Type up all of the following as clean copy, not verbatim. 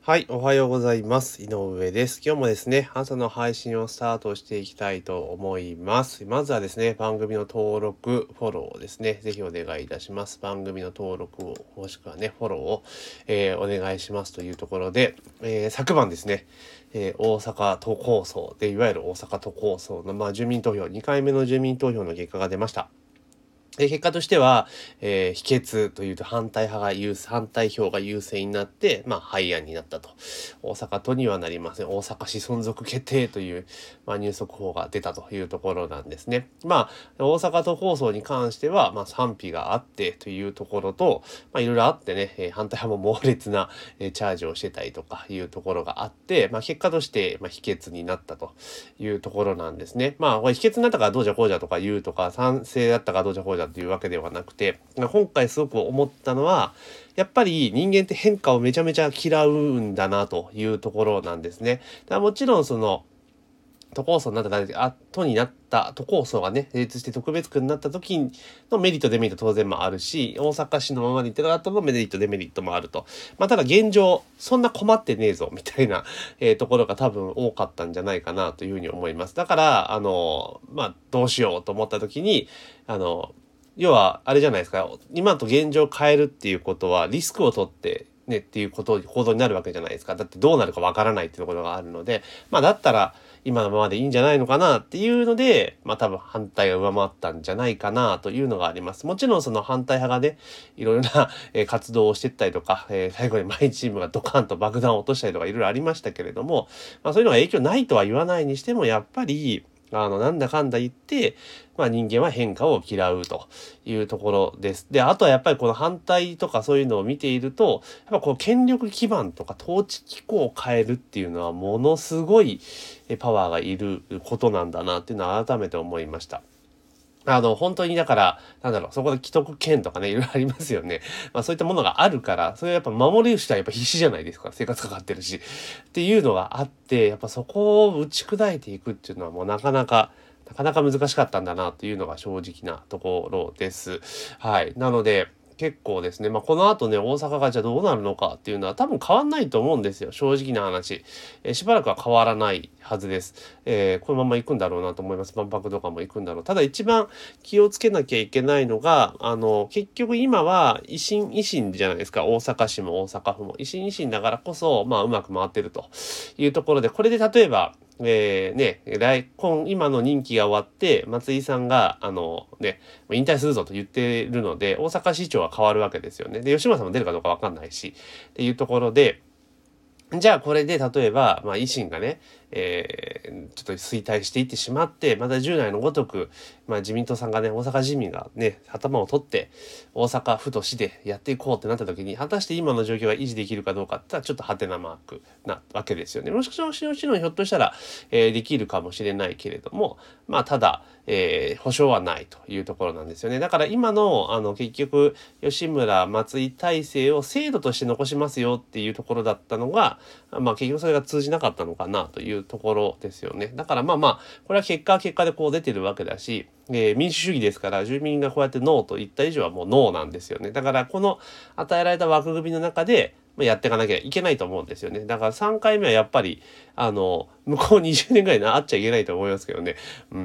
はい、おはようございます。井上です。今日もですね、朝の配信をスタートしていきたいと思います。まずはですね、番組の登録、フォローをですね、ぜひお願いいたします。番組の登録を、もしくはね、フォローを、お願いしますというところで、昨晩ですね、大阪都構想で、いわゆる大阪都構想の、住民投票、2回目の住民投票の結果が出ました。結果としては、否決というと反対票が優勢になって、廃案になったと。大阪都にはなりません。大阪市存続決定という、入則法が出たというところなんですね。大阪都構想に関しては、賛否があってというところと、いろいろあってね、反対派も猛烈な、チャージをしてたりとかいうところがあって、結果として、否決になったというところなんですね。これ否決になったからどうじゃこうじゃとか言うとか、賛成だったからどうじゃこうじゃっていうわけではなくて、今回すごく思ったのは、やっぱり人間って変化をめちゃめちゃ嫌うんだなというところなんですね。だからもちろん都構想になった後になった都構想がね、成立して特別区になった時のメリットデメリット当然もあるし、大阪市のままに行ってた後のメリットデメリットもあると。ただ現状、そんな困ってねえぞ、みたいな、ところが多分多かったんじゃないかなというふうに思います。だから、どうしようと思った時に、要は、あれじゃないですか、今と現状を変えるっていうことは、リスクを取って、ね、っていう行動になるわけじゃないですか。だってどうなるかわからないっていうところがあるので、だったら、今のままでいいんじゃないのかなっていうので、多分反対が上回ったんじゃないかなというのがあります。もちろんその反対派がね、いろいろな活動をしてったりとか、最後に毎チームがドカンと爆弾を落としたりとかいろいろありましたけれども、そういうのが影響ないとは言わないにしても、やっぱり、なんだかんだ言って、人間は変化を嫌うというところです。で、あとはやっぱりこの反対とかそういうのを見ていると、やっぱこの権力基盤とか統治機構を変えるっていうのはものすごいパワーがいることなんだなっていうのは改めて思いました。本当にだから、そこで既得権とかね、いろいろありますよね。そういったものがあるから、それやっぱ守る人はやっぱ必死じゃないですか。生活かかってるし。っていうのがあって、やっぱそこを打ち砕いていくっていうのはもうなかなか難しかったんだなというのが正直なところです。はい。なので、結構ですね、この後ね、大阪がじゃあどうなるのかっていうのは多分変わんないと思うんですよ。正直な話。しばらくは変わらないはずです。このまま行くんだろうなと思います。万博とかも行くんだろう。ただ一番気をつけなきゃいけないのが、結局今は維新じゃないですか。大阪市も大阪府も。維新だからこそ、うまく回ってるというところで、これで例えば、今の任期が終わって、松井さんが、引退するぞと言ってるので、大阪市長は変わるわけですよね。で、吉村さんも出るかどうかわかんないし、っていうところで、じゃあこれで例えば、維新がね、ちょっと衰退していってしまって、また従来のごとく、自民党さんがね、大阪自民がね、頭を取って、大阪府と市でやっていこうってなった時に、果たして今の状況が維持できるかどうかって言ったら、ちょっとハテナマークなわけですよね。もちろんひょっとしたら、できるかもしれないけれども、ただ、保証はないというところなんですよね。だから今の、結局、吉村、松井体制を制度として残しますよっていうところだったのが、結局それが通じなかったのかなというところですよね。だからこれは結果でこう出てるわけだし、民主主義ですから住民がこうやってノーと言った以上はもうノーなんですよね。だからこの与えられた枠組みの中で、やっていかなきゃいけないと思うんですよね。だから3回目はやっぱり、向こう20年ぐらいあっちゃいけないと思いますけどね。うん。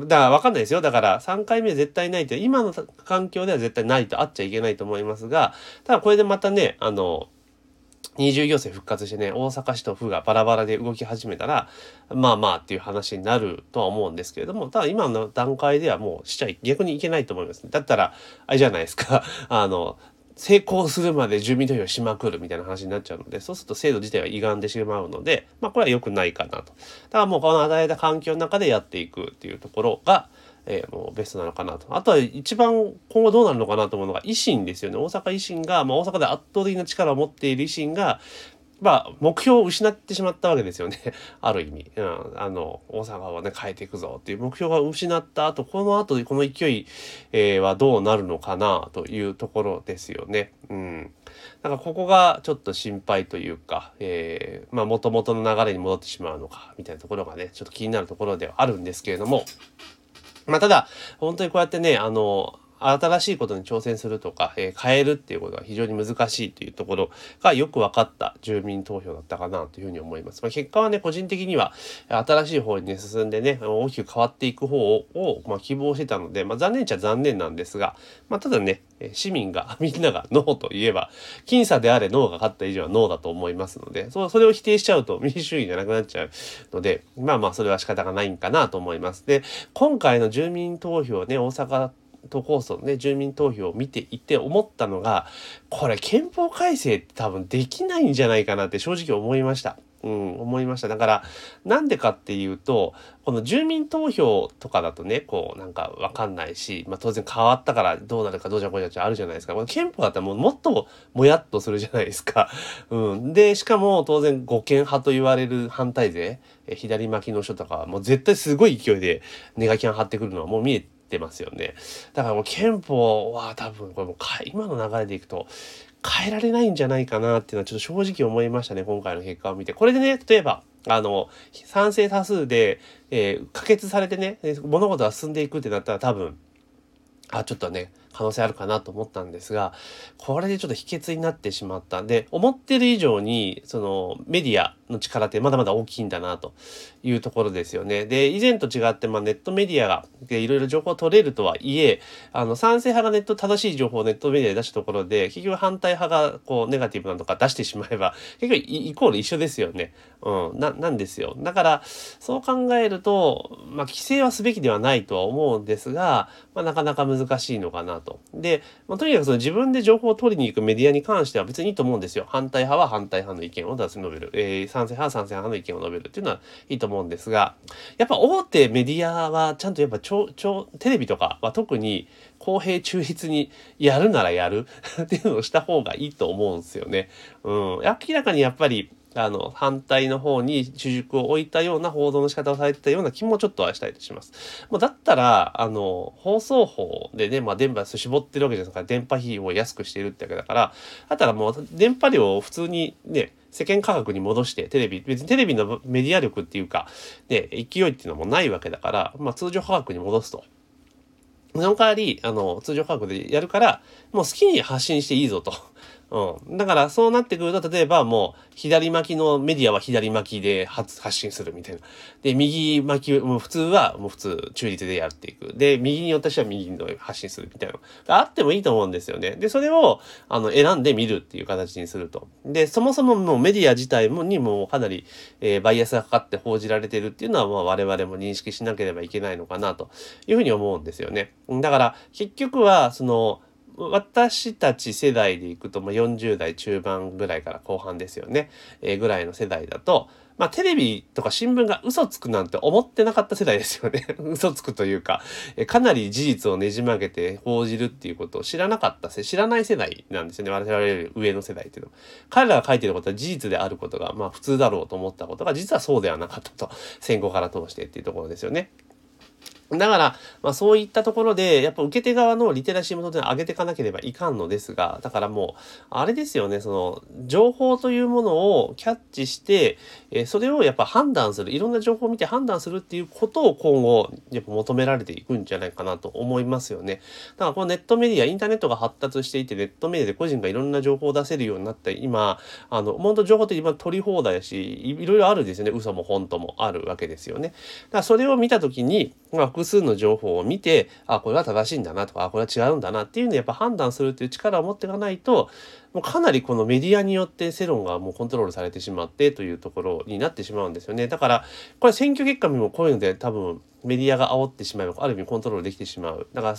だからわかんないですよ。だから3回目は絶対ないと、今の環境では絶対ないとあっちゃいけないと思いますが、ただこれでまたね、二重行政復活してね、大阪市と府がバラバラで動き始めたら、っていう話になるとは思うんですけれども、ただ今の段階ではもう逆にいけないと思いますね。だったら、あれじゃないですか、成功するまで住民投票しまくるみたいな話になっちゃうので、そうすると制度自体は歪んでしまうので、これは良くないかなと。だからもうこの与えた環境の中でやっていくっていうところが、もうベストなのかなと。あとは一番今後どうなるのかなと思うのが維新ですよね。大阪維新が、大阪で圧倒的な力を持っている維新が、目標を失ってしまったわけですよね。ある意味。大阪をね、変えていくぞっていう目標が失った後、この勢い、はどうなるのかなというところですよね。うん。だからここがちょっと心配というか、元々の流れに戻ってしまうのか、みたいなところがね、ちょっと気になるところではあるんですけれども、ただ、本当にこうやってね、 新しいことに挑戦するとか、変えるっていうことが非常に難しいというところがよく分かった住民投票だったかなというふうに思います。結果はね、個人的には新しい方にね、進んでね、大きく変わっていく方を、希望してたので、残念っちゃ残念なんですが、ただね、市民が、みんながノーと言えば、僅差であれノーが勝った以上はノーだと思いますので、それを否定しちゃうと民主主義じゃなくなっちゃうので、それは仕方がないんかなと思います。で、今回の住民投票ね、大阪都構想のね、住民投票を見ていて思ったのが、これ憲法改正って多分できないんじゃないかなって正直思いました。思いました。だから、なんでかっていうと、この住民投票とかだとね、なんかわかんないし、当然変わったからどうなるかどうじゃこうじゃあるじゃないですか。この憲法だったらもっともやっとするじゃないですか。で、しかも当然護憲派と言われる反対勢、左巻きの人とかはもう絶対すごい勢いでネガキャン張ってくるのはもう見えてますよね。だからもう憲法は多分これも今の流れでいくと変えられないんじゃないかなっていうのはちょっと正直思いましたね、今回の結果を見て。これでね、例えば賛成多数で、可決されてね、物事が進んでいくってなったら多分ちょっとね、可能性あるかなと思ったんですが、これでちょっと秘訣になってしまったんで、思ってる以上に、メディアの力ってまだまだ大きいんだなというところですよね。で、以前と違って、ネットメディアが、いろいろ情報を取れるとはいえ、賛成派が正しい情報をネットメディアで出したところで、結局反対派が、ネガティブなのとか出してしまえば、結局イコール一緒ですよね。なんですよ。だから、そう考えると、規制はすべきではないとは思うんですが、なかなか難しいのかなと。で、とにかく自分で情報を取りに行くメディアに関しては別にいいと思うんですよ。反対派は反対派の意見を述べる。賛成派は賛成派の意見を述べるっていうのはいいと思うんですが、やっぱ大手メディアはちゃんとやっぱテレビとかは特に公平中立にやるならやるっていうのをした方がいいと思うんですよね。明らかにやっぱり反対の方に主軸を置いたような報道の仕方をされてたような気もちょっとはしたりします。だったら、放送法でね、電波絞ってるわけじゃないですか。電波費を安くしているってわけだから、だったらもう電波量を普通にね、世間価格に戻して別にテレビのメディア力っていうか、ね、勢いっていうのもないわけだから、通常価格に戻すと。その代わり、通常価格でやるから、もう好きに発信していいぞと。だからそうなってくると、例えばもう左巻きのメディアは左巻きで発信するみたいな。で、右巻き、もう普通はもう普通中立でやっていく。で、右に私は右の発信するみたいなのがあってもいいと思うんですよね。で、それを選んでみるっていう形にすると。で、そもそももうメディア自体にもかなり、バイアスがかかって報じられてるっていうのは我々も認識しなければいけないのかなというふうに思うんですよね。だから結局は私たち世代でいくと、40代中盤ぐらいから後半ですよね。ぐらいの世代だと、テレビとか新聞が嘘つくなんて思ってなかった世代ですよね。嘘つくというか、かなり事実をねじ曲げて報じるっていうことを知らない世代なんですよね。我々より上の世代っていうのは。彼らが書いてることは事実であることが、普通だろうと思ったことが、実はそうではなかったと。戦後から通してっていうところですよね。だから、そういったところで、やっぱ受け手側のリテラシーも当然上げていかなければいかんのですが、だからもう、あれですよね、情報というものをキャッチして、それをやっぱ判断する、いろんな情報を見て判断するっていうことを今後、やっぱ求められていくんじゃないかなと思いますよね。だからこのネットメディア、インターネットが発達していて、ネットメディアで個人がいろんな情報を出せるようになった今、本当情報って今取り放題だし、いろいろあるんですよね。嘘も本当もあるわけですよね。だからそれを見たときに、複数の情報を見て、これは正しいんだなとか、これは違うんだなっていうのをやっぱ判断するっていう力を持っていかないと、もうかなりこのメディアによって世論がもうコントロールされてしまってというところになってしまうんですよね。だから、これ選挙結果もこういうので多分メディアが煽ってしまえば、ある意味コントロールできてしまう。だから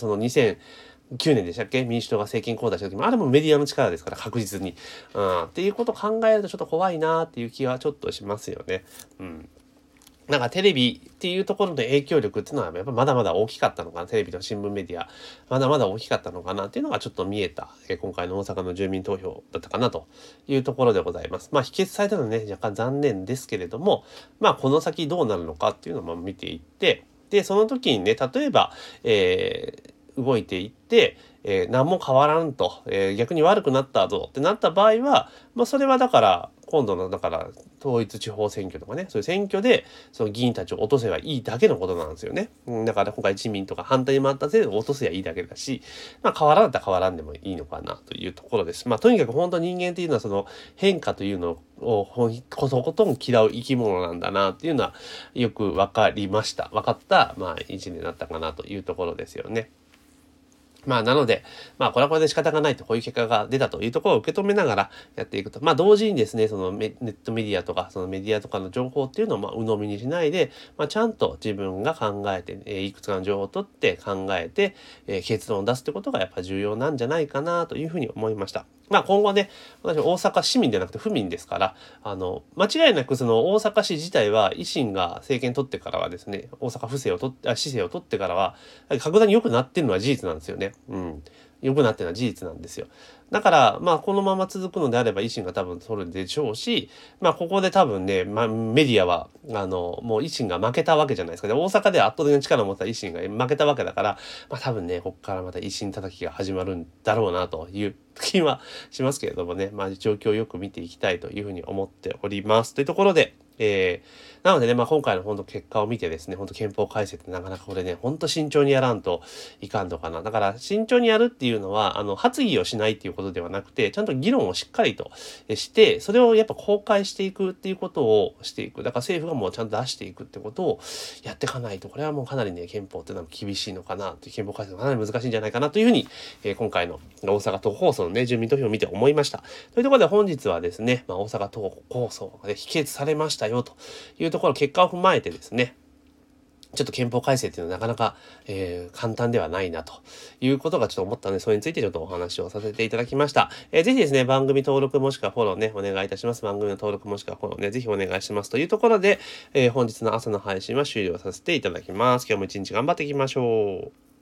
2009年でしたっけ、民主党が政権交代した時も、あれもメディアの力ですから、確実に。っていうことを考えるとちょっと怖いなっていう気はちょっとしますよね。なんかテレビっていうところの影響力っていうのはやっぱまだまだ大きかったのかな。テレビと新聞メディア、まだまだ大きかったのかなっていうのがちょっと見えた、今回の大阪の住民投票だったかなというところでございます。否決されたのはね、若干残念ですけれども、この先どうなるのかっていうのを見ていって、で、その時にね、例えば、動いていって、何も変わらんと、逆に悪くなったぞってなった場合は、それはだから、 今度のだから統一地方選挙とかね、そういう選挙でその議員たちを落とせばいいだけのことなんですよね。だから今回自民とか反対に回ったせいで落とせばいいだけだし、変わらんだったら変わらんでもいいのかなというところです。とにかく本当人間っていうのはその変化というのをことん嫌う生き物なんだなっていうのはよく分かりました。分かった、一年だったかなというところですよね。なので、これはこれで仕方がないと、こういう結果が出たというところを受け止めながらやっていくと。同時にですね、そのネットメディアとか、そのメディアとかの情報っていうのを鵜呑みにしないで、ちゃんと自分が考えて、いくつかの情報を取って考えて、結論を出すってことがやっぱ重要なんじゃないかなというふうに思いました。今後ね、私は大阪市民ではなくて府民ですから、間違いなくその大阪市自体は維新が政権取ってからはですね、大阪府政を取って、市政を取ってからは、格段に良くなってるのは事実なんですよね。良くなってるのは事実なんですよ。だから、このまま続くのであれば維新が多分取るでしょうし、ここで多分ね、メディアは、もう維新が負けたわけじゃないですか。で、大阪では圧倒的な力を持った維新が負けたわけだから、多分ね、ここからまた維新叩きが始まるんだろうなという気はしますけれどもね、状況をよく見ていきたいというふうに思っております。というところで、なのでね、今回の本当結果を見てですね、本当憲法改正ってなかなかこれね、本当慎重にやらんといかんとかな。だから慎重にやるっていうのは、発議をしないっていうことではなくて、ちゃんと議論をしっかりとして、それをやっぱ公開していくっていうことをしていく。だから政府がもうちゃんと出していくってことをやっていかないと、これはもうかなりね、憲法っていうのは厳しいのかなという、憲法改正がかなり難しいんじゃないかなというふうに、今回の大阪都放送のね、住民投票を見て思いました。というところで本日はですね、大阪都放送がね、否決されましたよというところ、結果を踏まえてですね、ちょっと憲法改正っていうのはなかなか、簡単ではないなということがちょっと思ったので、それについてちょっとお話をさせていただきました。ぜひですね、番組登録もしくはフォローね、お願いいたします。番組の登録もしくはフォローね、ぜひお願いしますというところで、本日の朝の配信は終了させていただきます。今日も一日頑張っていきましょう。